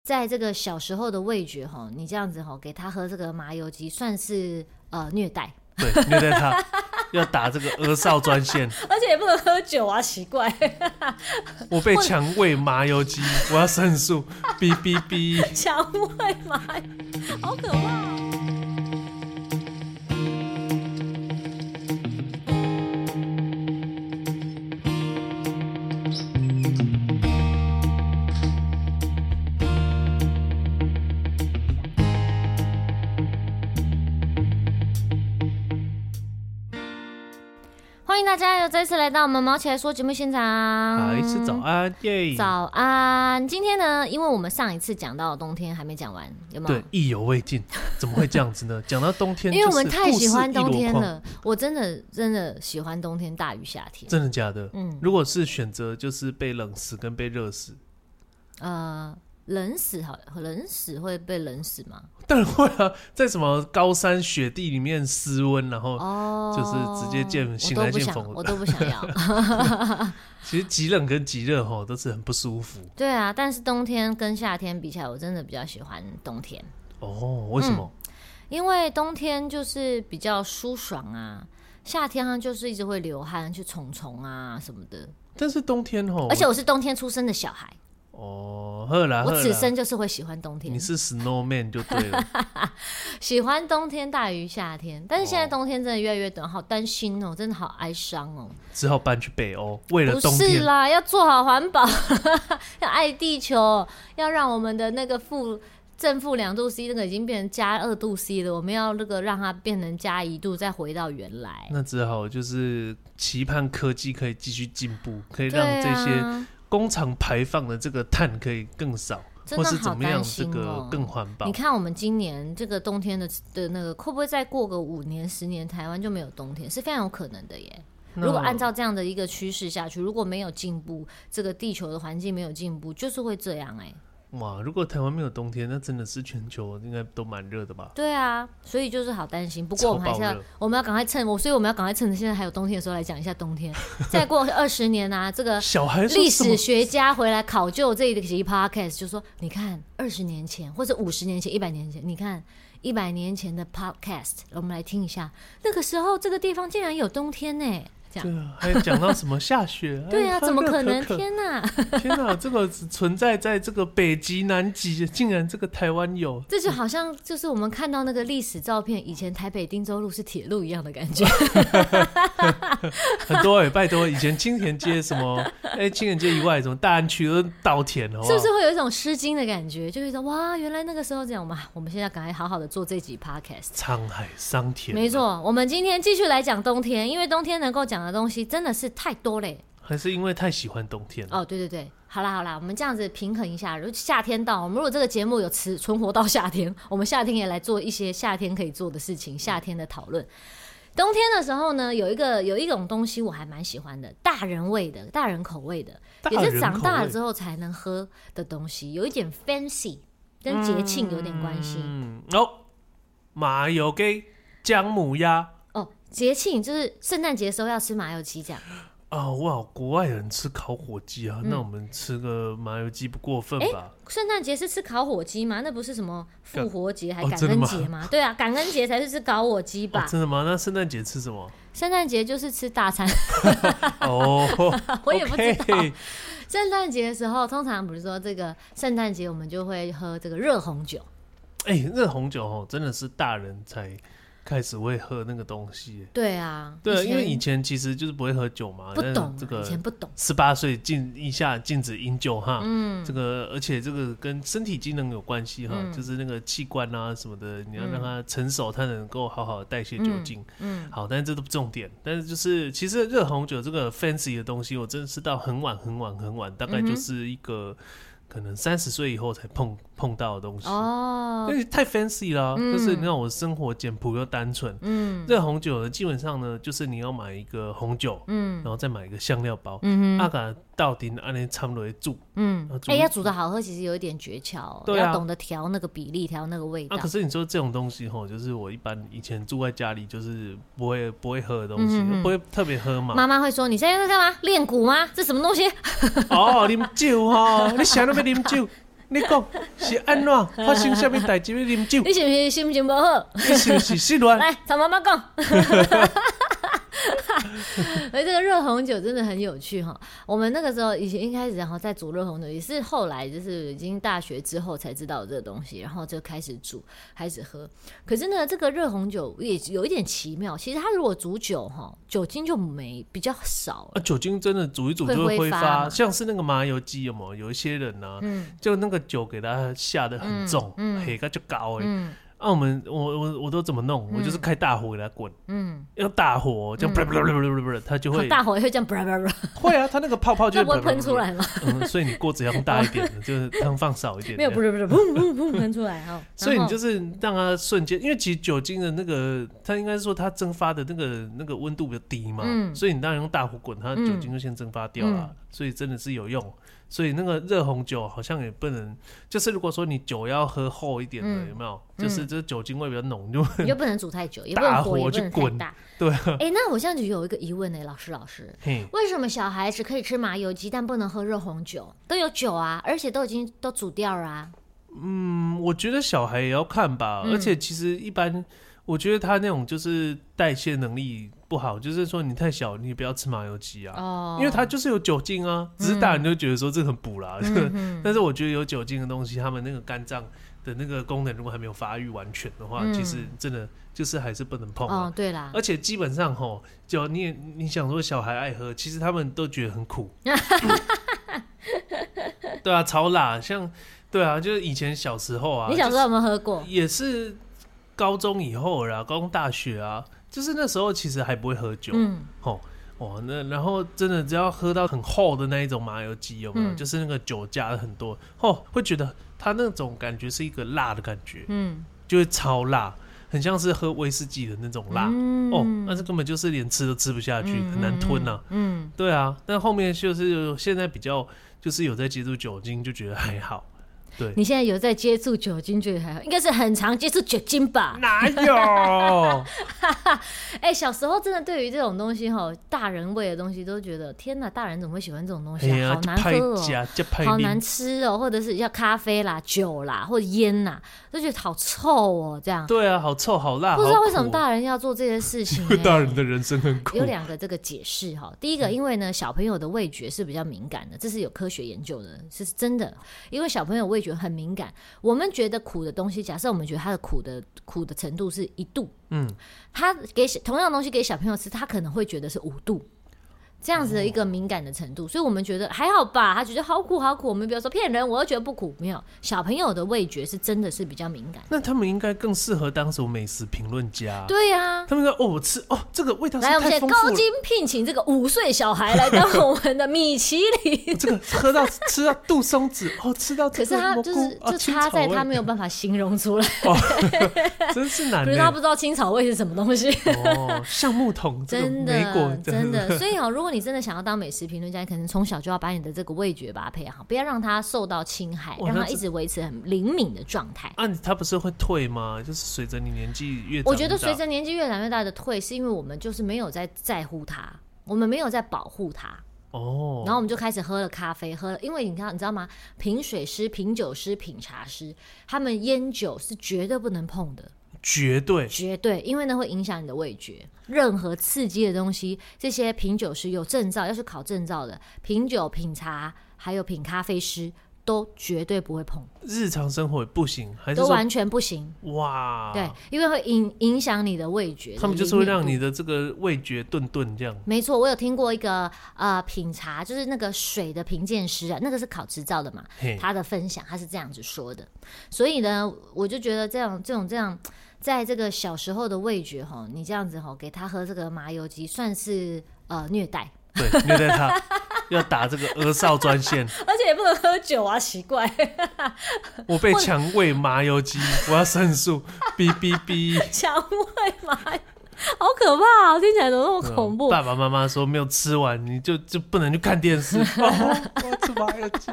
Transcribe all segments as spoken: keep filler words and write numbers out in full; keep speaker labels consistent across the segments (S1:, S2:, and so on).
S1: 在这个小时候的味觉吼，你这样子吼给他喝这个麻油鸡，算是呃虐待。
S2: 对，虐待他，要打这个儿少专线，
S1: 而且也不能喝酒啊，奇怪。
S2: 我被强喂麻油鸡，我要申诉，哔哔哔。
S1: 强喂麻油，好可怕哦。欢迎大家又再次来到我们毛起来说节目现场。
S2: 嗨，是早安耶！
S1: 早安。今天呢，因为我们上一次讲到冬天还没讲完，有没有？
S2: 对，意犹未尽，怎么会这样子呢？讲到冬天，
S1: 因为我们太喜欢冬天了。我真的真的喜欢冬天大于夏天。
S2: 真的假的？嗯。如果是选择，就是被冷死跟被热死。
S1: 呃。冷死好，冷死会被冷死吗？
S2: 当然会啊，在什么高山雪地里面失温，然后就是直接见醒来见风，
S1: 我都不想要。
S2: 其实极冷跟极热吼都是很不舒服。
S1: 对啊，但是冬天跟夏天比起来，我真的比较喜欢冬天。
S2: 哦，为什么？
S1: 嗯，因为冬天就是比较舒爽啊，夏天它就是一直会流汗，去虫虫啊什么的。
S2: 但是冬天吼，
S1: 而且我是冬天出生的小孩。
S2: 哦，好啦，
S1: 我此生就是会喜欢冬天。
S2: 你是 snowman 就对了。
S1: 喜欢冬天大于夏天，但是现在冬天真的越来越短，好担心哦，真的好哀伤哦。
S2: 只好搬去北欧，为了冬天。
S1: 不是啦，要做好环保，要爱地球，要让我们的那个负正负两度 C 那个已经变成加二度 C 了，我们要那个让它变成加一度，再回到原来。
S2: 那只好就是期盼科技可以继续进步，可以让这些工厂排放的这个碳可以更少，或是怎么样这个更环保。
S1: 你看我们今年这个冬天 的, 的那个会不会再过个五年十年，台湾就没有冬天？是非常有可能的耶。如果按照这样的一个趋势下去，如果没有进步，这个地球的环境没有进步，就是会这样哎。
S2: 哇，如果台湾没有冬天，那真的是全球应该都蛮热的吧？
S1: 对啊，所以就是好担心。不过我们还是要，我们要赶快趁我，所以我们要赶快趁现在还有冬天的时候来讲一下冬天。再过二十年啊，这个历史学家回来考究这一集 podcast， 就说你看二十年前或者五十年前、一百年前，你看一百年前的 podcast， 我们来听一下，那个时候这个地方竟然有冬天呢。
S2: 对啊，还讲到什么下雪？
S1: 对啊，怎么可能？天哪！
S2: 天哪，这个只存在在这个北极、南极，竟然这个台湾有，
S1: 这就好像就是我们看到那个历史照片，以前台北汀州路是铁路一样的感觉。
S2: 很多哎、欸，拜托，以前青田街什么，哎、欸，青田街以外什么大安区都稻田，好不好？
S1: 是不是会有一种诗经的感觉？就会说哇，原来那个时候这样。我们我们现在赶快好好的做这集 podcast。
S2: 沧海桑田。
S1: 没错，我们今天继续来讲冬天，因为冬天能够讲的东西真的是太多嘞。
S2: 还是因为太喜欢冬天了？
S1: 哦，对对对，好啦好啦，我们这样子平衡一下。如果夏天到，我们如果这个节目有存活到夏天，我们夏天也来做一些夏天可以做的事情，夏天的讨论。冬天的时候呢，有一个有一种东西我还蛮喜欢的，大人味的、大人口味的，也是长大了之后才能喝的东西，有一点 fancy， 跟节庆有点关系。
S2: 嗯哦，麻油鸡、姜母鸭。
S1: 哦，节庆就是圣诞节的时候要吃麻油鸡这样。
S2: 啊、哦、哇，国外人吃烤火鸡啊、嗯，那我们吃个麻油鸡不过分吧？
S1: 圣诞节是吃烤火鸡吗？那不是什么复活节还感恩节吗？哦、对啊，感恩节才是吃烤火鸡吧、
S2: 哦？真的吗？那圣诞节吃什么？
S1: 圣诞节就是吃大餐。
S2: 哦，
S1: 我也不知道。Okay. 圣诞节的时候，通常比如说这个圣诞节，我们就会喝这个热红酒。
S2: 哎、欸，热红酒哦，真的是大人才开始会喝那个东西。
S1: 对啊，
S2: 对啊，因为以前其实就是不会喝酒嘛，
S1: 不懂、啊，
S2: 这个
S1: 以前不懂。
S2: 十八岁禁以下禁止饮酒哈，嗯，这个而且这个跟身体机能有关系哈、嗯，就是那个器官啊什么的，你要让它成熟，它能够好好的代谢酒精。嗯，嗯好，但是这都不重点。但是就是其实热红酒这个 fancy 的东西，我真的是到很晚很晚很晚，大概就是一个。嗯可能三十岁以后才碰碰到的东西哦，因为太 fancy 啦、嗯，就是你看我生活简朴又单纯。嗯，热红酒呢，基本上呢，就是你要买一个红酒，嗯，然后再买一个香料包，嗯哼，啊个到底安尼差不多煮，嗯，
S1: 哎、欸，要煮的好喝，其实有一点诀窍、喔，对、啊，要懂得调那个比例，调那个味道。
S2: 啊，可是你说这种东西吼，就是我一般以前住在家里，就是不会不会喝的东西，嗯、不会特别喝嘛。
S1: 妈妈会说：“你现在在干嘛？练鼓吗？这什么东西？”
S2: 哦，啉酒哈，你想那边啉酒。 你讲是安怎发生什么代志要啉酒？
S1: 你是不是心情不好？
S2: 你是不是失恋？
S1: 来，曹妈妈讲。而这个热红酒真的很有趣哈。我们那个时候以前一开始然后在煮热红酒，也是后来就是已经大学之后才知道这个东西，然后就开始煮，开始喝。可是呢，这个热红酒也有一点奇妙。其实它如果煮酒哈，酒精就没比较少
S2: 啊，酒精真的煮一煮就会挥发，像是那个麻油鸡有没有？有一些人呢、啊嗯，就那个酒给它下得很重，嗯，黑个就高哎。嗯啊，我们我我我都怎么弄？嗯、我就是开大火给它滚，嗯，用大火这样，嗯、它就会
S1: 大火也会这样，
S2: 会啊，它那个泡泡就
S1: 不会喷出来吗？
S2: 嗯，所以你锅子要用大一点的，就是汤放少一点，
S1: 没有，不是不是，砰砰砰喷出来哈。
S2: 所以你就是让它瞬间，因为其实酒精的那个，它应该是说它蒸发的那个那个温度比较低嘛，嗯、所以你当然用大火滚，它的酒精就先蒸发掉了，嗯、所以真的是有用。所以那个热红酒好像也不能，就是如果说你酒要喝厚一点的，嗯、有没有？就是这酒精味比较浓，就
S1: 你就不能煮太久，也不能火也不能太大。
S2: 对、啊。
S1: 哎、欸，那我现在就有一个疑问呢、欸，老师老师，为什么小孩子可以吃麻油鸡，但不能喝热红酒？都有酒啊，而且都已经都煮掉了啊。
S2: 嗯，我觉得小孩也要看吧，嗯、而且其实一般。我觉得他那种就是代谢能力不好，就是说你太小，你不要吃麻油鸡啊，哦、因为它就是有酒精啊。只是大人就觉得说这很补啦，嗯、但是我觉得有酒精的东西，他们那个肝脏的那个功能如果还没有发育完全的话，嗯、其实真的就是还是不能碰啊。
S1: 哦，对啦。
S2: 而且基本上吼，就你也你想说小孩爱喝，其实他们都觉得很苦。对啊，超辣，像对啊，就是以前小时候啊，
S1: 你小时候有没有喝过？
S2: 也是。高中以后啦，高中大学啊，就是那时候其实还不会喝酒，嗯，吼，哦，那然后真的只要喝到很厚的那一种麻油鸡，有没有？嗯、就是那个酒加了很多，哦，会觉得它那种感觉是一个辣的感觉，嗯，就会超辣，很像是喝威士忌的那种辣，嗯、哦，那这根本就是连吃都吃不下去，嗯、很难吞啊，嗯，对啊，但后面就是现在比较就是有在接触酒精，就觉得还好。对，
S1: 你现在有在接触酒精，觉得还好，应该是很常接触酒精吧？
S2: 哪有？
S1: 哎、欸，小时候真的对于这种东西哈，大人味的东西都觉得天哪，大人怎么会喜欢这种东西、啊？好难喝哦，好难吃哦，或者是要咖啡啦、酒啦或者烟啦，都觉得好臭哦，这样。
S2: 对啊，好臭好辣，
S1: 不知道为什么大人要做这些事情、欸。
S2: 大人的人生很苦。
S1: 有两个这个解释哈，第一个，因为呢小朋友的味觉是比较敏感的，这是有科学研究的，是真的，因为小朋友味觉很敏感，我们觉得苦的东西，假设我们觉得它的苦的苦的程度是一度，嗯，他给同样的东西给小朋友吃，他可能会觉得是五度，这样子的一个敏感的程度，所以我们觉得还好吧，他觉得好苦好苦，我们不要说骗人，我又觉得不苦，没有，小朋友的味觉是真的是比较敏感，
S2: 那他们应该更适合当什么美食评论家？
S1: 对呀、啊，
S2: 他们说哦，我吃哦，这个味道是
S1: 来，
S2: 太丰富了。
S1: 来，我们现在高薪聘请这个五岁小孩来当我们的米其林，
S2: 这个喝到吃到杜松子哦，吃到这个蘑菇，
S1: 可是他就是、啊、就差在他没有办法形容出来，
S2: 哦、真是难。
S1: 比如他不知道青草味是什么东西
S2: 哦，橡木桶，
S1: 真的
S2: 梅果
S1: 真的，所以哦，如果你真的想要当美食评论家，你可能从小就要把你的这个味觉把它培养好，不要让它受到侵害，让它一直维持很灵敏的状态。
S2: 啊，它不是会退吗？就是随着你年纪越长越大，
S1: 我觉得随着年纪越来越大的退，是因为我们就是没有在在乎它，我们没有在保护它。哦，然后我们就开始喝了咖啡，喝了，因为你看，你知道吗？品水师、品酒师、品茶师，他们烟酒是绝对不能碰的。
S2: 绝对
S1: 绝对，因为呢会影响你的味觉。任何刺激的东西，这些品酒师有证照，要去考证照的品酒、品茶，还有品咖啡师，都绝对不会碰。
S2: 日常生活也不行，还是
S1: 都完全不行。
S2: 哇，
S1: 对，因为会影影响你的味觉。
S2: 他们就是会让你的这个味觉顿顿这样。
S1: 没错，我有听过一个呃品茶，就是那个水的评鉴师啊，那个是考执照的嘛，他的分享他是这样子说的。所以呢，我就觉得这样这种这样。在这个小时候的味觉齁，你这样子齁给他喝这个麻油鸡，算是呃虐待。
S2: 对，虐待他，要打这个儿少专线，
S1: 而且也不能喝酒啊，奇怪。
S2: 我被强喂麻油鸡，我要申诉，哔哔哔。
S1: 强喂麻油，好可怕啊！听起来怎么那么恐怖？
S2: 爸爸妈妈说没有吃完，你就就不能去看电视。哦、我要吃麻油鸡。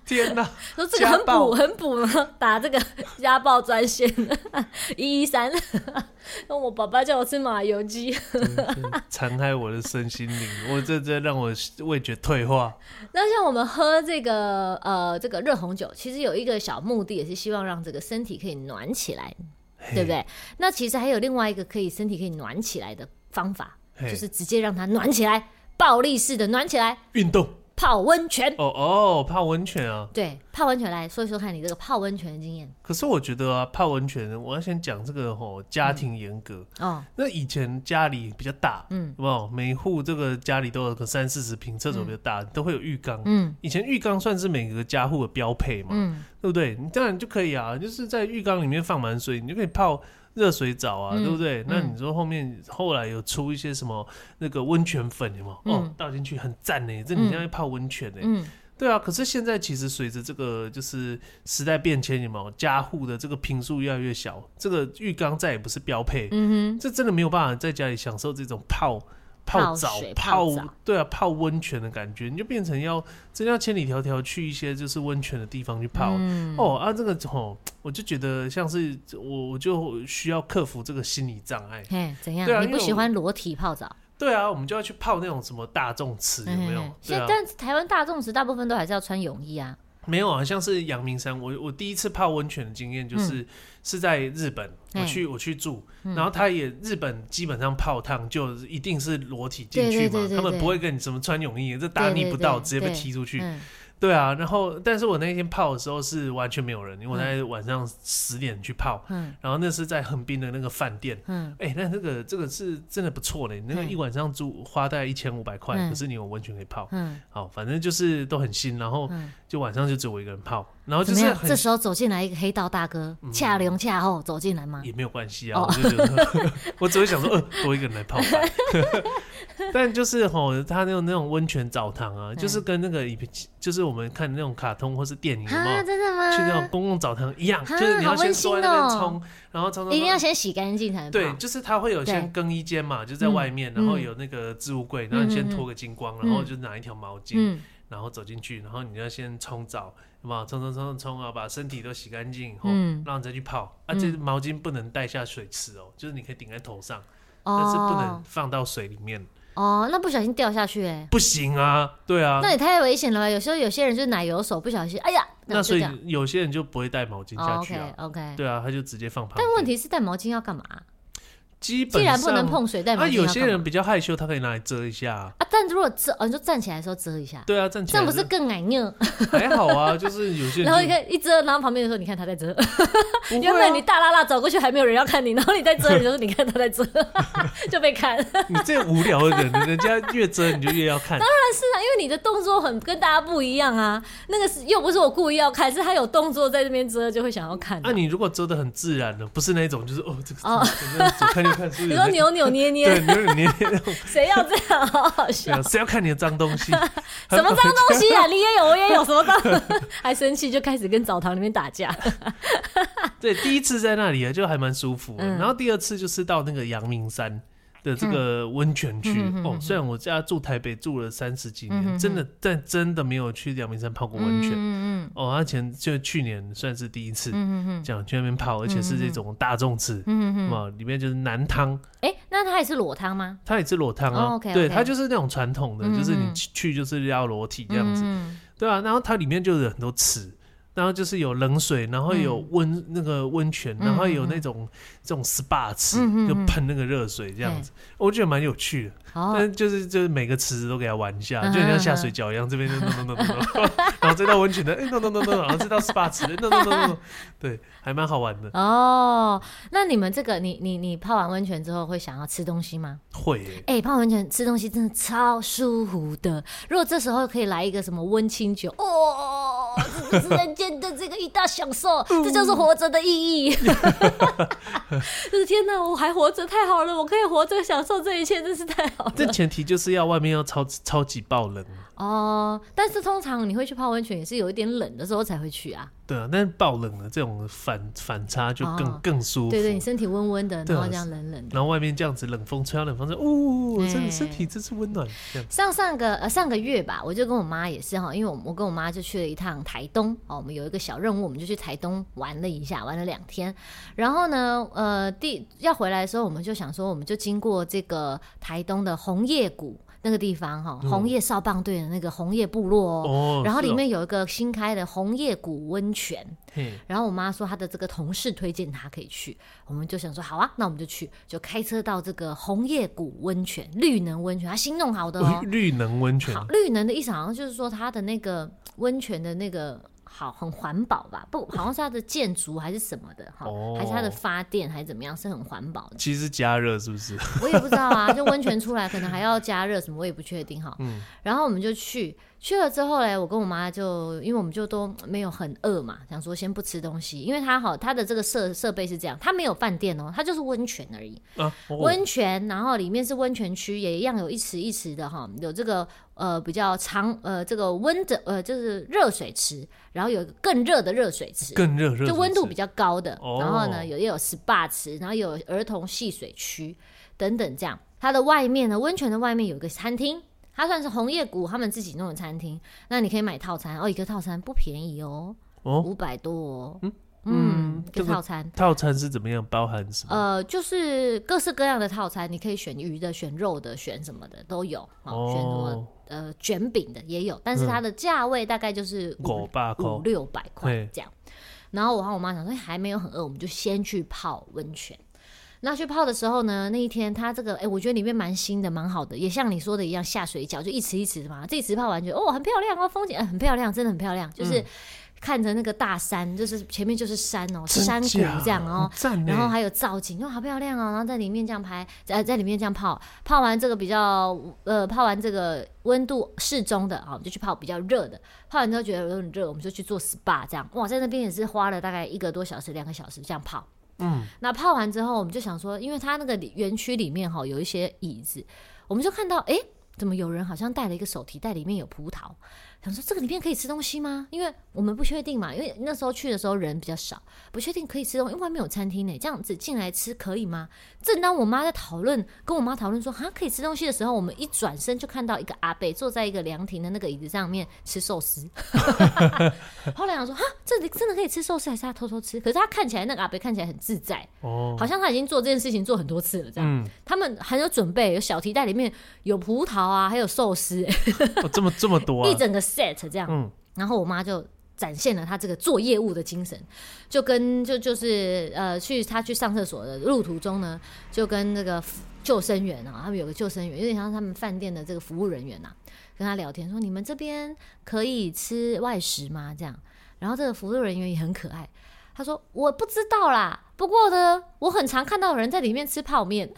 S2: 天哪！
S1: 说这个很补很补呢，打这个家暴专线一一三，我爸爸叫我吃麻油鸡，
S2: 残害我的身心灵，我这这让我味觉退化。
S1: 那像我们喝这个呃这个热红酒，其实有一个小目的，也是希望让这个身体可以暖起来，对不对？那其实还有另外一个可以身体可以暖起来的方法，就是直接让它暖起来，暴力式的暖起来，
S2: 运动。
S1: 泡温泉
S2: 哦哦，泡温泉啊！
S1: 对，泡温泉来说一说看你这个泡温泉的经验。
S2: 可是我觉得啊，泡温泉，我要先讲这个吼、哦、家庭严格、嗯、哦。那以前家里比较大，嗯，有没有？每户这个家里都有个三四十平，厕所比较大，嗯、都会有浴缸。嗯，以前浴缸算是每个家户的标配嘛，嗯，对不对？你当然就可以啊，就是在浴缸里面放满水，你就可以泡热水澡啊、嗯，对不对？那你说后面后来有出一些什么那个温泉粉有没有？嗯、哦，倒进去很赞呢，这你现在泡温泉呢、嗯？对啊。可是现在其实随着这个就是时代变迁，有没有？家户的这个坪数越来越小，这个浴缸再也不是标配，嗯哼，这真的没有办法在家里享受这种泡。泡澡、泡对啊，泡温泉的感觉，你就变成要真要千里迢迢去一些就是温泉的地方去泡。嗯、哦啊，这个哦，我就觉得像是我，我就需要克服这个心理障碍。
S1: 嘿，怎样？啊、你不喜欢裸体泡澡？
S2: 对啊，我们就要去泡那种什么大众池，有没有？
S1: 对啊、但台湾大众池大部分都还是要穿泳衣啊。
S2: 没有啊，像是阳明山，我我第一次泡温泉的经验就是、嗯、是在日本，我去我去住、嗯，然后他也日本基本上泡汤就一定是裸体进去嘛，对对对对对，他们不会跟你什么穿泳衣，这大逆不道，对对对，直接被踢出去。嗯对啊，然后但是我那天泡的时候是完全没有人，因为我在晚上十点去泡，嗯，然后那是在横滨的那个饭店，嗯，哎、欸，那这个这个是真的不错嘞，那个一晚上住花大概一千五百块，可是你有温泉可以泡，嗯，好，反正就是都很新，然后就晚上就只有我一个人泡，然后就是
S1: 这时候走进来一个黑道大哥，嗯、恰龙恰后走进来吗？
S2: 也没有关系啊，哦、我就觉得我只会想说，呃，多一个人来泡饭。但就是吼，他那种那种温泉澡堂啊，就是跟那个就是我们看那种卡通或是电影有没有？
S1: 真的吗？
S2: 去那种公共澡堂一样，就是你要先坐在那边冲，然后冲冲，
S1: 一定要先洗干净才能泡。
S2: 对，就是他会有先更衣间嘛，就在外面，然后有那个置物柜，然后你先脱个精光，然后就拿一条毛巾，然后走进去，然后你要先冲澡，有没有？冲冲冲冲啊，把身体都洗干净以后，然后再去泡。啊，这毛巾不能带下水池哦，就是你可以顶在头上，但是不能放到水里面。
S1: 哦，那不小心掉下去哎、欸，
S2: 不行啊，对啊，
S1: 那也太危险了吧？有时候有些人就是奶油手不小心，哎呀，
S2: 那所以有些人就不会带毛巾下去啊。
S1: 哦、OK OK，
S2: 对啊，他就直接放旁边。
S1: 但问题是带毛巾要干嘛？
S2: 基本上，
S1: 既然不能碰水，带毛巾要干嘛？
S2: 啊，有些人比较害羞，他可以拿来遮一下啊。
S1: 啊但如果遮，哦，你说站起来的时候遮一下，
S2: 对啊，站起来，
S1: 这样不是更矮拗？
S2: 还好啊，就是有些人，
S1: 然后你看一遮，然后旁边的时候，你看他在遮。啊、原本你大拉拉走过去还没有人要看你，然后你在遮，你就说你看他在遮，就被看。
S2: 你这无聊的人，人家越遮你就越要看。
S1: 当然是啊，因为你的动作很跟大家不一样啊。那个是又不是我故意要看，是他有动作在这边遮，就会想要看、啊。
S2: 那、啊、你如果遮得很自然的，不是那种就是哦这个，哦，左看右看，
S1: 你说扭扭捏捏，
S2: 对，扭扭捏捏，
S1: 谁要这样？好好笑。
S2: 谁要看你的脏东西？
S1: 什么脏东西啊？你也有，我也有，什么脏？还生气就开始跟澡堂里面打架。
S2: 对，第一次在那里就还蛮舒服、嗯，然后第二次就是到那个阳明山的这个温泉区、嗯、哦。虽然我家住台北住了三十几年，嗯、真的但真的没有去阳明山泡过温泉。嗯嗯哦，他前就去年算是第一次，嗯这样去那边泡，而且是这种大众池，嗯嗯里面就是男汤。
S1: 哎、欸，那它也是裸汤吗？
S2: 它也是裸汤啊。
S1: 哦、okay, okay
S2: 对，它就是那种传统的、嗯，就是你去就是要裸体这样子，嗯、对啊。然后它里面就有很多池。然后就是有冷水，然后有温、嗯、那个温泉，然后有那种、嗯、这种 S P A 池、嗯，就喷那个热水这样子，我觉得蛮有趣的。哦、但就是就是每个池子都给它玩一下，嗯、就像下水饺一样，这边就 no no no no， 然后再到温泉的哎 no no no no， 然后再到 S P A 池 no no no no， 对，还蛮好玩的。
S1: 哦，那你们这个你你你泡完温泉之后会想要吃东西吗？
S2: 会、欸。
S1: 哎、欸，泡完温泉吃东西真的超舒服的。如果这时候可以来一个什么温清酒，哦，这是人间的这个一大享受，这就是活着的意义。就是天哪，我还活着，太好了！我可以活着享受这一切，真是太好了。
S2: 这前提就是要外面要超超级爆冷
S1: 哦，但是通常你会去泡温泉也是有一点冷的时候才会去啊。
S2: 对啊，但是爆冷的这种反反差就更、哦、更舒服。
S1: 对对，你身体温温的，然后这样冷冷的，
S2: 然后外面这样子冷风吹到冷风，哦，真的身体真是温暖。
S1: 上上个呃上个月吧，我就跟我妈也是哈，因为我我跟我妈就去了一趟台东哦，我们有一个小任务，我们就去台东玩了一下，玩了两天。然后呢，呃，第要回来的时候，我们就想说，我们就经过这个台东的红叶谷。那个地方哈，红叶少棒队的那个红叶部落 哦, 哦，然后里面有一个新开的红叶谷温泉，然后我妈说她的这个同事推荐她可以去，我们就想说好啊，那我们就去，就开车到这个红叶谷温泉绿能温泉，它新弄好的哦，
S2: 绿能温泉，
S1: 好，绿能的意思好像就是说它的那个温泉的那个。好，很环保吧？不，好像是它的建筑还是什么的哈、哦，还是它的发电还是怎么样，是很环保的。
S2: 其实加热是不是？
S1: 我也不知道啊，就温泉出来可能还要加热什么，我也不确定哈。嗯，然后我们就去。去了之后嘞，我跟我妈就，因为我们就都没有很饿嘛，想说先不吃东西，因为它好，它的这个设设备是这样，它没有饭店哦，它就是温泉而已，啊哦、温泉，然后里面是温泉区，也一样有一池一池的哈，有这个呃比较长呃这个温的呃就是热水池，然后有更热的热水池，
S2: 更热热
S1: 就温度比较高的，哦、然后呢有也有 S P A 池，然后有儿童戏水区等等这样，它的外面呢温泉的外面有一个餐厅。它算是红叶谷他们自己弄的餐厅，那你可以买套餐哦，一个套餐不便宜哦，五百多哦，嗯嗯，一个套餐、
S2: 这个、套餐是怎么样？包含什么？
S1: 呃，就是各式各样的套餐，你可以选鱼的、选肉的、选什么的都有，哦、选什么呃卷饼的也有，但是它的价位大概就是五五六百块这样。然后我和我妈想说，还没有很饿，我们就先去泡温泉。那去泡的时候呢，那一天它这个哎、欸，我觉得里面蛮新的，蛮好的，也像你说的一样，下水饺就一池一池的嘛，这一池泡完觉得哦很漂亮哦，风景、呃、很漂亮，真的很漂亮，就是看着那个大山，就是前面就是山哦，山谷这样哦，然后还有造景，哦好漂亮哦，然后在里面这样拍，在在里面这样泡，泡完这个比较呃，泡完这个温度适中的啊，我们就去泡比较热的，泡完之后觉得有点热，我们就去做 S P A 这样，哇，在那边也是花了大概一个多小时、两个小时这样泡。嗯，那泡完之后，我们就想说，因为它那个园区里面哈有一些椅子，我们就看到，哎、欸，怎么有人好像带了一个手提袋，里面有葡萄，想说这个里面可以吃东西吗？因为我们不确定嘛，因为那时候去的时候人比较少，不确定可以吃东西，因为外面有餐厅呢，这样子进来吃可以吗？正当我妈在讨论，跟我妈讨论说哈可以吃东西的时候，我们一转身就看到一个阿伯坐在一个凉亭的那个椅子上面吃寿司。后来想说哈，这里真的可以吃寿司，还是他偷偷吃？可是他看起来那个阿伯看起来很自在，哦，好像他已经做这件事情做很多次了这样。嗯、他们很有准备，有小提袋里面有葡萄啊，还有寿司、
S2: 哦，这么这么多啊，
S1: 一整个 set 这样。嗯、然后我妈就展现了他这个做业务的精神，就跟就就是呃去他去上厕所的路途中呢，就跟那个救生员啊，他们有个救生员，有点像他们饭店的这个服务人员啊，跟他聊天说：“你们这边可以吃外食吗？”这样，然后这个服务人员也很可爱，他说：“我不知道啦，不过呢，我很常看到有人在里面吃泡面。”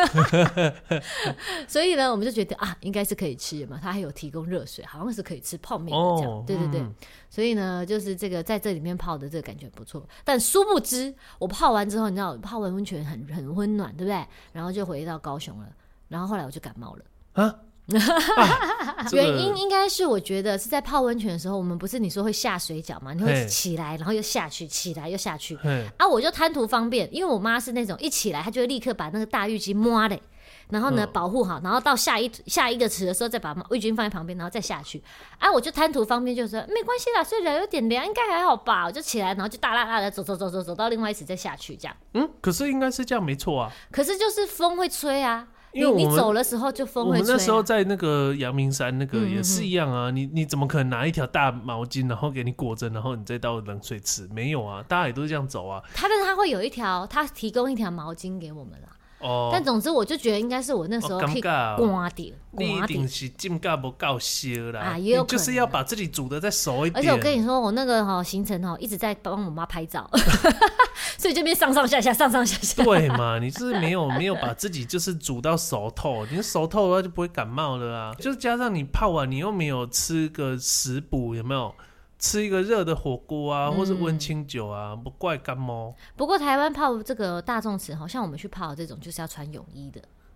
S1: 所以呢，我们就觉得啊，应该是可以吃的嘛。他还有提供热水，好像是可以吃泡面的这样。哦、对对对、嗯，所以呢，就是这个在这里面泡的这个感觉不错。但殊不知，我泡完之后，你知道，泡完温泉很很温暖，对不对？然后就回到高雄了。然后后来我就感冒了啊。啊、原因应该是我觉得是在泡温泉的时候，我们不是你说会下水饺吗？你会起来，然后又下去，起来又下去。啊，我就贪图方便，因为我妈是那种一起来，她就会立刻把那个大浴巾摸嘞，然后呢、嗯、保护好，然后到下一下一个池的时候再把浴巾放在旁边，然后再下去。啊，我就贪图方便，就说没关系啦，睡着有点凉，应该还好吧。我就起来，然后就大啦啦的走走走走走到另外一池再下去，这样。
S2: 嗯，可是应该是这样没错啊。
S1: 可是就是风会吹啊。因为你, 你走的时候就风会吹、啊、
S2: 我们那时候在那个阳明山那个也是一样啊，嗯、你你怎么可能拿一条大毛巾然后给你裹着，然后你再到冷水池？没有啊，大家也都是这样走啊。
S1: 他但他会有一条，他提供一条毛巾给我们啦。哦，但总之我就觉得应该是我那时候可以刮掉，
S2: 你一定是浸咖不够烧啦，啊，也有可能，你就是要把自己煮的再熟一点。
S1: 而且我跟你说，我那个、哦、行程、哦、一直在帮我妈拍照，所以这边上上下下，上上下下。
S2: 对嘛，你是没有没有把自己就是煮到熟透，你熟透的话就不会感冒了啊。就是加上你泡完，你又没有吃个食补，有没有？吃一个热的火锅啊，或是温清酒啊，嗯、不怪感冒。
S1: 不过台湾泡这个大众池，好像我们去泡这种就是要穿泳衣的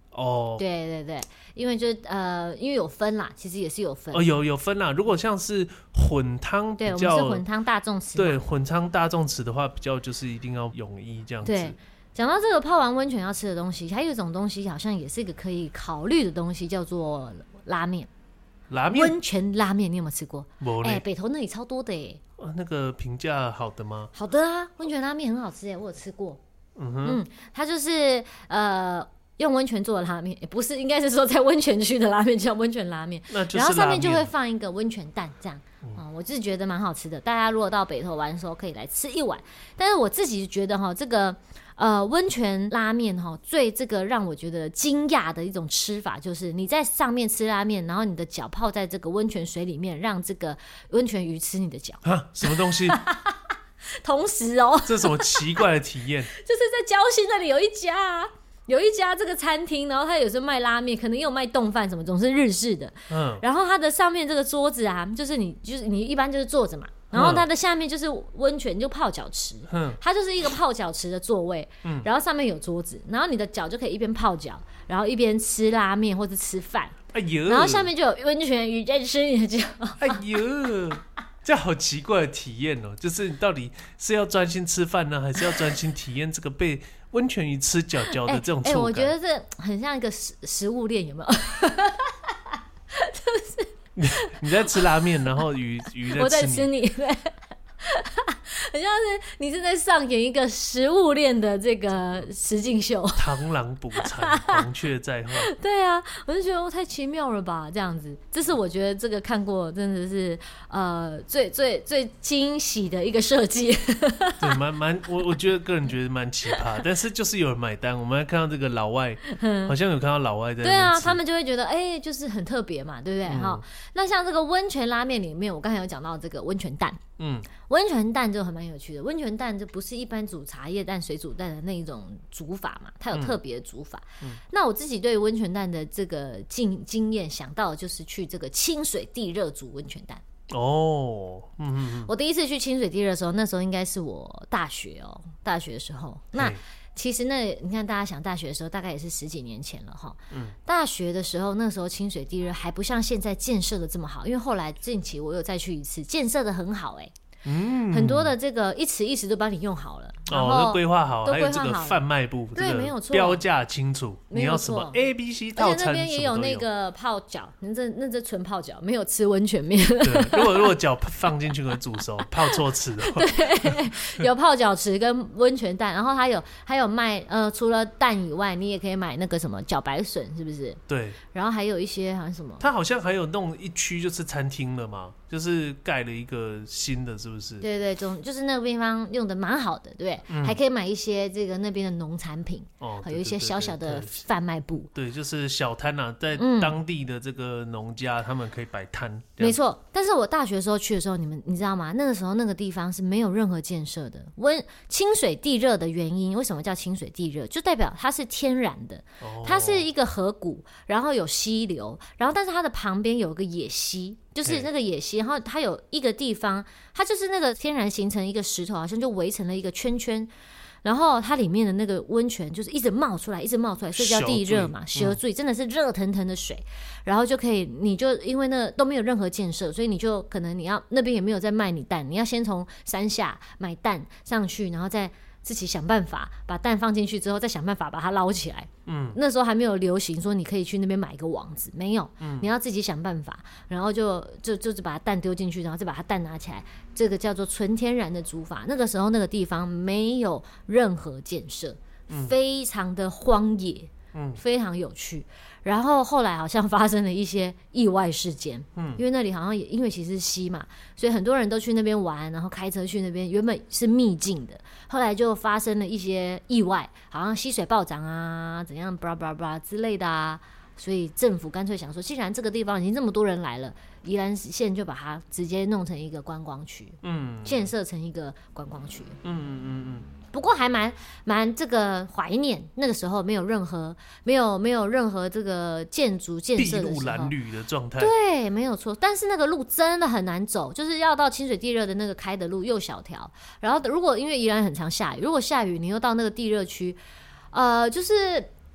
S2: 哦，
S1: 对对对，因为就呃，因为有分啦，其实也是有分
S2: 哦，有有分啦。如果像是混汤比较，
S1: 对，我们是混汤大众池，
S2: 对，混汤大众池的话，比较就是一定要泳衣这样子。
S1: 对，讲到这个泡完温泉要吃的东西，还有一种东西好像也是一个可以考虑的东西，叫做拉面。
S2: 拉面，
S1: 温泉拉面，你有没有吃过？哎、
S2: 欸，
S1: 北投那里超多的哎。
S2: 那个评价好的吗？
S1: 好的啊，温泉拉面很好吃哎，我有吃过。
S2: 嗯哼，
S1: 嗯，它就是呃。用温泉做的拉面，也不是，应该是说在温泉区的拉面叫温泉拉面，
S2: 那就是
S1: 然后上面就会放一个温泉蛋，这样，嗯嗯、我自己觉得蛮好吃的。大家如果到北投玩的时候，可以来吃一碗。但是我自己觉得哈，这个呃温泉拉面哈，最这个让我觉得惊讶的一种吃法，就是你在上面吃拉面，然后你的脚泡在这个温泉水里面，让这个温泉鱼吃你的脚
S2: 啊，什么东西？
S1: 同时哦，
S2: 这是什么奇怪的体验？
S1: 就是在礁溪那里有一家啊。有一家这个餐厅，然后他有时候卖拉面，可能也有卖冻饭什么，总是日式的。嗯，然后它的上面这个桌子啊，就是你就是你一般就是坐着嘛，然后它的下面就是温泉，就泡脚池。嗯，它就是一个泡脚池的座位。嗯，然后上面有桌子，然后你的脚就可以一边泡脚，然后一边吃拉面或者吃饭。哎呦，然后下面就有温泉鱼在吃你的脚。
S2: 哎呦。这好奇怪的体验哦，就是你到底是要专心吃饭呢，还是要专心体验这个被温泉鱼吃脚脚的这种触感？哎、欸欸，
S1: 我觉得这很像一个食食物链，有没有？就是
S2: 你你在吃拉面，然后鱼鱼在吃你，
S1: 我在吃你，对。很像是你是在上演一个食物链的这个实境秀，
S2: 螳螂捕蝉，黄雀在后。
S1: 对啊，我就觉得、哦、太奇妙了吧，这样子，这是我觉得这个看过真的是呃最最最惊喜的一个设计。
S2: 对，蛮蛮我我觉得个人觉得蛮奇葩，但是就是有人买单。我们还看到这个老外，好像有看到老外在那边吃。
S1: 对啊，他们就会觉得哎、欸，就是很特别嘛，对不对？哈、嗯，那像这个温泉拉面里面，我刚才有讲到这个温泉蛋。嗯，温泉蛋就很蛮有趣的。温泉蛋就不是一般煮茶叶蛋、水煮蛋的那一种煮法嘛，它有特别的煮法。嗯嗯、那我自己对温泉蛋的这个经经验想到的就是去这个清水地热煮温泉蛋。哦，嗯嗯嗯，我第一次去清水地热的时候，那时候应该是我大学哦，大学的时候。那其实那你看，大家想大学的时候，大概也是十几年前了哈。嗯，大学的时候，那时候清水地热还不像现在建设的这么好，因为后来近期我有再去一次，建设的很好哎、欸。嗯，很多的这个一池一池都帮你用好了，
S2: 哦，都规划好，还有这个贩卖部，
S1: 对，没有错，
S2: 标价清楚，你要什么 A B C 套餐，
S1: 而且那边也有那个泡脚，那这那这纯泡脚，没有吃温泉面。
S2: 对，如果如果脚放进去可以煮熟，泡错池的话，
S1: 对，有泡脚池跟温泉蛋，然后还有还有卖呃，除了蛋以外，你也可以买那个什么茭白笋，是不是？
S2: 对，
S1: 然后还有一些好像什么，
S2: 它好像还有弄一区就是餐厅了嘛，就是盖了一个新的，是不是？
S1: 对对，总就是那个地方用的蛮好的，对不对？嗯、还可以买一些这个那边的农产品，哦，还有一些小小的贩卖部。
S2: 对，就是小摊啊，在当地的这个农家，嗯、他们可以摆摊。
S1: 没错，但是我大学的时候去的时候，你们你知道吗？那个时候那个地方是没有任何建设的。温清水地热的原因，为什么叫清水地热？就代表它是天然的，哦、它是一个河谷，然后有溪流，然后但是它的旁边有个野溪。就是那个野溪，然后它有一个地方，它就是那个天然形成一个石头，好像就围成了一个圈圈，然后它里面的那个温泉就是一直冒出来，一直冒出来，所以叫地热嘛，小水、嗯、真的是热腾腾的水，然后就可以，你就因为那都没有任何建设，所以你就可能你要那边也没有在卖你蛋，你要先从山下买蛋上去，然后再自己想办法把蛋放进去之后，再想办法把它捞起来。嗯，那时候还没有流行说你可以去那边买一个网子，没有，嗯、你要自己想办法，然后就就就是把蛋丢进去，然后再把它蛋拿起来，这个叫做纯天然的煮法。那个时候那个地方没有任何建设，嗯、非常的荒野。嗯，非常有趣。然后后来好像发生了一些意外事件，嗯，因为那里好像也因为其实是溪嘛，所以很多人都去那边玩，然后开车去那边，原本是秘境的，后来就发生了一些意外，好像溪水暴涨啊，怎样，巴拉巴拉巴拉之类的啊。所以政府干脆想说，既然这个地方已经这么多人来了，宜兰县就把它直接弄成一个观光区，嗯，建设成一个观光区，嗯嗯嗯嗯。不过还蛮蛮这个怀念那个时候没有任何没有没有任何这个建筑建设的时候，
S2: 筚路蓝缕的状态，
S1: 对，没有错。但是那个路真的很难走，就是要到清水地热的那个开的路又小条，然后如果因为宜兰很常下雨，如果下雨你又到那个地热区，呃，就是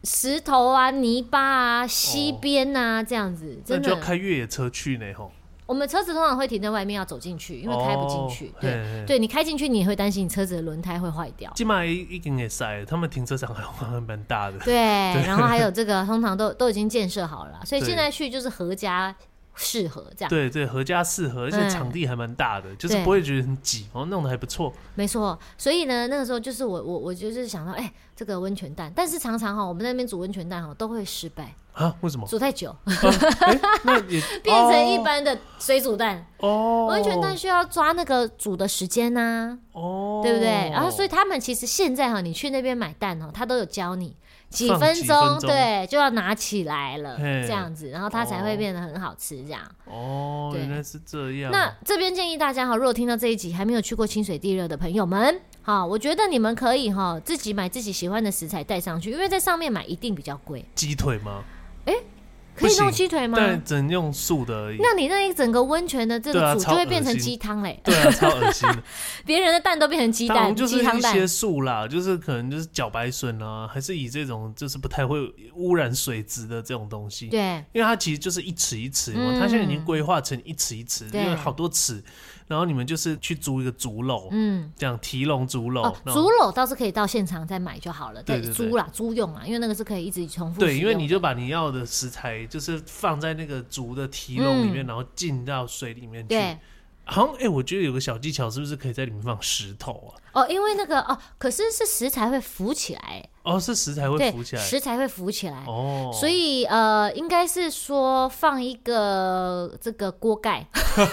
S1: 石头啊、泥巴啊、溪边啊、哦、这样子，真的
S2: 那就要开越野车去呢吼。
S1: 我们车子通常会停在外面，要走进去，因为开不进去。哦、对嘿嘿对，你开进去，你也会担心你车子的轮胎会坏掉。
S2: 起码已经也塞了，他们停车场还蛮大的。
S1: 对，对然后还有这个，通常都都已经建设好了，所以现在去就是合家适合这样。
S2: 对对，合家适合，而且场地还蛮大的，嗯、就是不会觉得很挤，哦，弄得还不错。
S1: 没错，所以呢，那个时候就是我我我就是想到，哎、欸，这个温泉蛋，但是常常哈，我们那边煮温泉蛋哈都会失败。
S2: 啊？为什么？
S1: 煮太久，啊
S2: 欸、那也
S1: 变成一般的水煮蛋。哦，温泉蛋需要抓那个煮的时间呐、啊，哦，对不对？然后所以他们其实现在哈，你去那边买蛋哈，他都有教你几分钟，对，就要拿起来了，这样子，然后它才会变得很好吃，这样。
S2: 哦，原来是这样。
S1: 那这边建议大家哈，如果听到这一集还没有去过清水地热的朋友们，好，我觉得你们可以哈自己买自己喜欢的食材带上去，因为在上面买一定比较贵。
S2: 鸡腿吗？
S1: 哎、欸，可以弄鸡腿吗？
S2: 但只能用素的而已。
S1: 那你那一整个温泉的这个煮就会变成鸡汤嘞。
S2: 对啊，超恶心的。
S1: 别人的蛋都变成鸡蛋，
S2: 就是一些素啦，就是可能就是茭白笋啊，还是以这种就是不太会污染水质的这种东西。
S1: 对，因
S2: 为它其实就是一尺一尺嘛，嗯、它现在已经规划成一尺一尺，因为好多尺。然后你们就是去租一个竹篓，嗯，这样提笼竹篓。
S1: 哦，竹篓倒是可以到现场再买就好了，再租啦，租用啦，因为那个是可以一直重复使用的。
S2: 对，因为你就把你要的食材就是放在那个竹的提笼里面，嗯、然后进到水里面去。对。好像哎、欸，我觉得有个小技巧，是不是可以在里面放石头啊？
S1: 哦，因为那个哦，可是是食材会浮起来。
S2: 哦，是食材会浮起来，
S1: 食材会浮起来。哦，所以呃，应该是说放一个这个锅盖。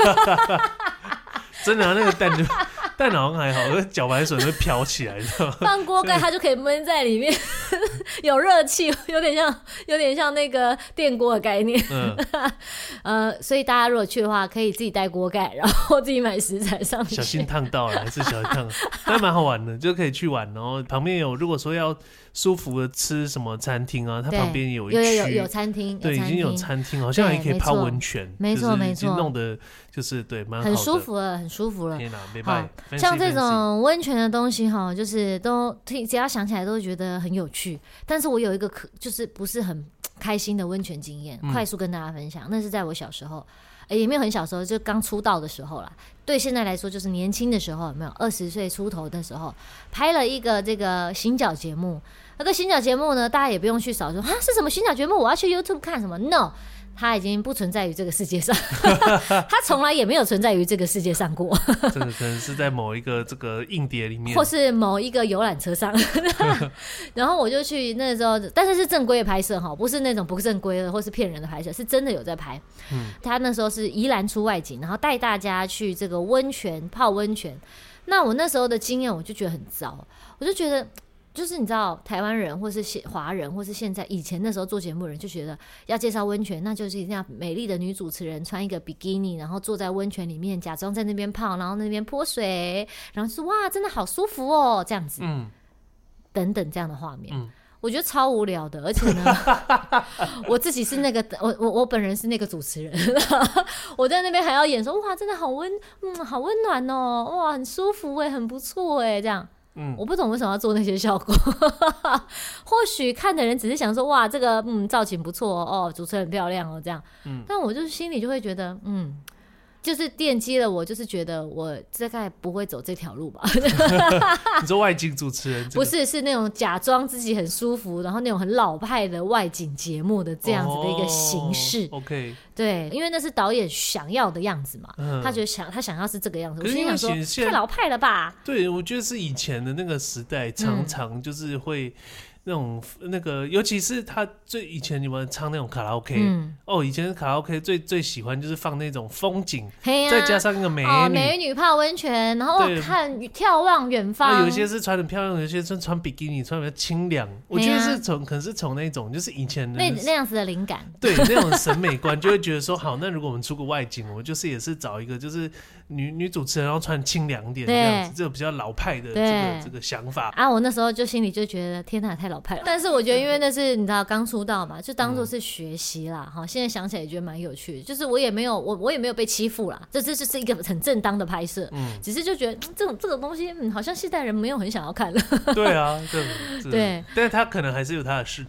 S2: 真的、啊，那个蛋就蛋好像还好，那茭白笋会飘起来，
S1: 放锅盖它就可以闷在里面，有热气，有点像有点像那个电锅的概念。嗯，呃，所以大家如果去的话，可以自己带锅盖，然后自己买食材上去，
S2: 小心烫到了，还是小心烫，但蛮好玩的，就可以去玩。然后旁边有，如果说要舒服的吃什么餐厅啊，它旁边有一区
S1: 有有有餐厅，
S2: 对，已经有餐厅，好像还可以泡温泉，
S1: 没错没错，
S2: 已经弄得就是对蛮好的，
S1: 很舒服了，很舒服了。
S2: 天哪，没办
S1: 法，像这种温泉的东西哈，就是都只要想起来都会觉得很有趣。但是我有一个可就是不是很开心的温泉经验，嗯、快速跟大家分享。那是在我小时候，欸、也没有很小时候，就刚出道的时候啦。对现在来说，就是年轻的时候，有没有二十岁出头的时候，拍了一个这个行脚节目。那个行脚节目呢，大家也不用去扫说啊是什么行脚节目，我要去 YouTube 看什么 ？No。它已经不存在于这个世界上，它从来也没有存在于这个世界上过。
S2: 这个可能是在某一个这个硬碟里面，
S1: 或是某一个游览车上。然后我就去那时候，但是是正规的拍摄哈，不是那种不正规的或是骗人的拍摄，是真的有在拍。嗯，他那时候是宜兰出外景，然后带大家去这个温泉泡温泉。那我那时候的经验，我就觉得很糟，我就觉得。就是你知道台湾人或是华人或是现在以前那时候做节目的人就觉得要介绍温泉，那就是一定要美丽的女主持人穿一个比基尼，然后坐在温泉里面假装在那边泡，然后那边泼水，然后说哇真的好舒服哦这样子，嗯，等等这样的画面，嗯，我觉得超无聊的，而且呢，我自己是那个我我我本人是那个主持人，我在那边还要演说哇真的好温嗯好温暖哦，哇很舒服哎，很不错哎这样。嗯，我不懂为什么要做那些效果，或许看的人只是想说，哇，这个嗯造型不错哦，主持人很漂亮哦，这样，嗯，但我就是心里就会觉得，嗯，就是奠基了我，就是觉得我大概不会走这条路吧。
S2: 你说外景主持人、这个？
S1: 不是，是那种假装自己很舒服，然后那种很老派的外景节目的这样子的一个形式。
S2: 哦、OK，
S1: 对，因为那是导演想要的样子嘛，嗯、他觉得想他想要是这个样子。我心想说，太老派了吧？
S2: 对，我觉得是以前的那个时代，常常就是会。嗯那种那个，尤其是他最以前你们唱那种卡拉 OK，嗯、哦，以前卡拉 OK 最最喜欢就是放那种风景，啊、再加上一个美女，哦、
S1: 美女泡温泉，然后看眺望远方。
S2: 有一些是穿的漂亮，有些是穿比基尼，穿比较清凉。我觉得是从可能是从那种就是以前的
S1: 那那样子的灵感，
S2: 对那种审美观，就会觉得说好，那如果我们出个外景，我们就是也是找一个就是女女主持人，然后穿清凉点这样子，这个比较老派的这个这个想法
S1: 啊。我那时候就心里就觉得天哪，太老派了。但是我觉得因为那是你知道刚出道嘛，就当作是学习啦。哈、嗯，现在想起来也觉得蛮有趣的。就是我也没有我我也没有被欺负啦，这这就是一个很正当的拍摄。嗯，只是就觉得这种这种东西，嗯，好像现代人没有很想要看了。
S2: 对啊，对对，但是他可能还是有他的市场了。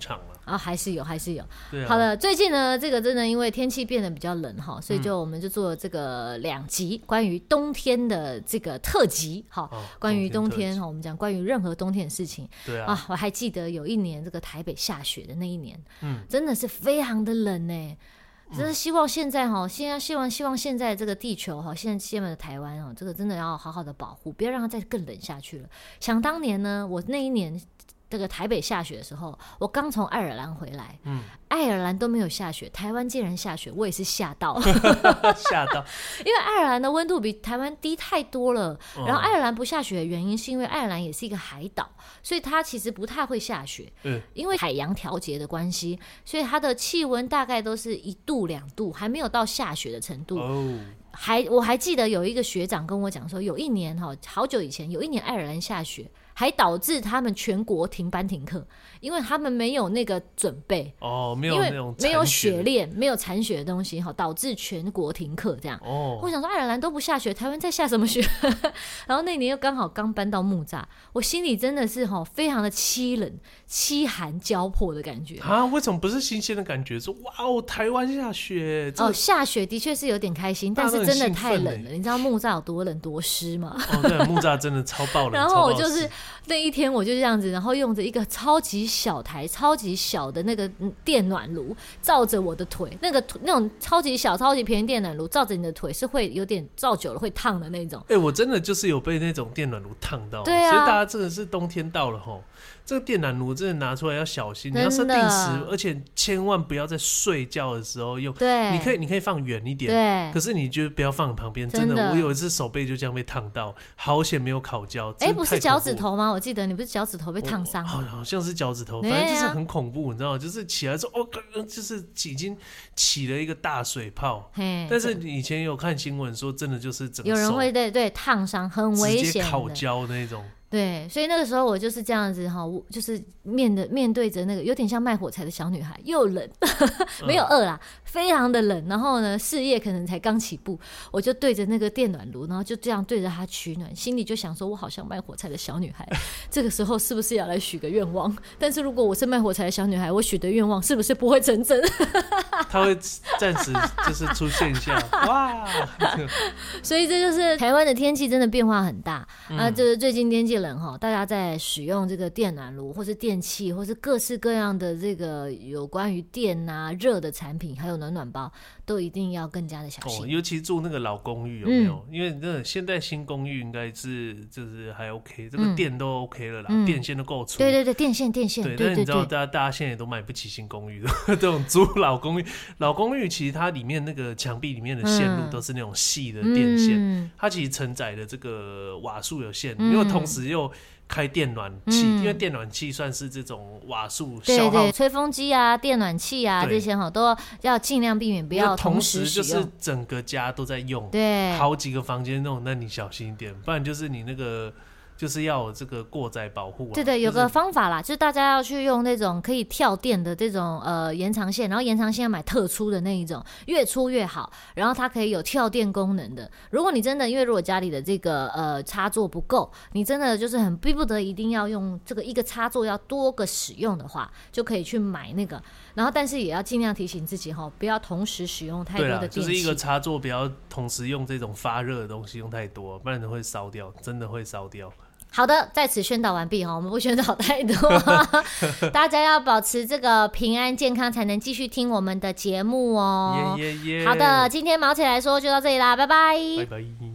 S1: 啊，还是有，还是有。
S2: 对啊。
S1: 好的，最近呢，这个真的因为天气变得比较冷哈，所以就我们就做了这个两集关于冬天的这个特辑哈、哦，关于冬天哈，我们讲关于任何冬天的事情。
S2: 对啊。
S1: 啊，我还记得有一年这个台北下雪的那一年，
S2: 嗯，
S1: 真的是非常的冷呢。真是希望现在哈，现在希望希望现在这个地球哈，现在现在的台湾哦，这个真的要好好的保护，不要让它再更冷下去了。想当年呢，我那一年这个台北下雪的时候，我刚从爱尔兰回来，嗯，爱尔兰都没有下雪，台湾竟然下雪，我也是吓到，
S2: 吓到，
S1: 因为爱尔兰的温度比台湾低太多了。嗯、然后爱尔兰不下雪的原因是因为爱尔兰也是一个海岛，所以它其实不太会下雪，嗯，因为海洋调节的关系，所以它的气温大概都是一度两度，还没有到下雪的程度。哦，还我还记得有一个学长跟我讲说，有一年哈，好久以前，有一年爱尔兰下雪，还导致他们全国停班停课，因为他们没有那个准备
S2: 哦，没有那种
S1: 没有雪链，没有铲雪的东西，导致全国停课这样。哦，我想说爱尔兰都不下雪，台湾在下什么雪？然后那年又刚好刚搬到木栅，我心里真的是哈非常的凄冷、凄寒交迫的感觉
S2: 啊！为什么不是新鲜的感觉？说哇哦，台湾下雪
S1: 哦，下雪的确是有点开心，但是真的太冷了。你知道木栅有多冷多湿吗？
S2: 哦，对，木栅真的超爆冷。
S1: 然后我就是那一天我就这样子，然后用着一个超级小台、超级小的那个电暖炉照着我的腿，那个那种超级小、超级便宜电暖炉照着你的腿是会有点照久了会烫的那种。
S2: 哎、欸，我真的就是有被那种电暖炉烫到，
S1: 对啊，
S2: 所以大家真的是冬天到了吼。这个电暖炉真的拿出来要小心，你要设定时，而且千万不要在睡觉的时候用。
S1: 对，
S2: 你可以你可以放远一点，
S1: 对。
S2: 可是你就不要放旁边，真的，真的我有一次手背就这样被烫到，好险没有烤焦。哎、欸，
S1: 不是脚趾头吗？我记得你不是脚趾头被烫伤，
S2: 好像是脚趾头，反正就是很恐怖，你知道吗？就是起来之后，哦，就是已经起了一个大水泡。但是以前有看新闻说，真的就是整个手
S1: 有人会对对烫伤，很危险的，直
S2: 接烤焦那种。
S1: 对，所以那个时候我就是这样子哈，就是面的面对着那个有点像卖火柴的小女孩，又冷，没有饿啦，非常的冷。然后呢，事业可能才刚起步，我就对着那个电暖炉，然后就这样对着它取暖，心里就想说，我好像卖火柴的小女孩，这个时候是不是要来许个愿望？但是如果我是卖火柴的小女孩，我许的愿望是不是不会成真？
S2: 它会暂时就是出现一下，哇！
S1: 所以这就是台湾的天气真的变化很大、嗯、啊，就是最近天气冷哈，大家在使用这个电暖炉或是电器或是各式各样的这个有关于电啊热的产品，还有暖暖包，都一定要更加的小心。
S2: 哦、尤其住那个老公寓有没有？嗯、因为那现在新公寓应该是就是还 OK， 这个电都 OK 了啦，嗯、电线都够粗。
S1: 对对对，电线电线。
S2: 对，
S1: 对对对，
S2: 但是你知道，大家大家现在也都买不起新公寓的，这种租老公寓，老公寓其实它里面那个墙壁里面的线路都是那种细的电线，嗯、它其实承载的这个瓦数有限，因为同时又开电暖器、嗯，因为电暖器算是这种瓦数消耗，
S1: 对对，吹风机啊、电暖器啊这些哈，都要尽量避免不要同时使用。
S2: 同时就是整个家都在用，
S1: 对，
S2: 好几个房间那种，那你小心一点，不然就是你那个。就是要有这个过载保护、啊，
S1: 对对，有个方法啦，就是大家要去用那种可以跳电的这种呃延长线，然后延长线要买特粗的那一种，越粗越好，然后它可以有跳电功能的。如果你真的因为如果家里的这个呃插座不够，你真的就是很逼不得一定要用这个一个插座要多个使用的话，就可以去买那个。然后但是也要尽量提醒自己哈，不要同时使用太多的电器，
S2: 就是一个插座不要同时用这种发热的东西用太多，不然会烧掉，真的会烧掉。
S1: 好的，在此宣导完毕哈，我们不宣导太多，大家要保持这个平安健康，才能继续听我们的节目哦。
S2: 耶耶耶！
S1: 好的，今天毛起来说就到这里啦，拜拜，
S2: 拜拜。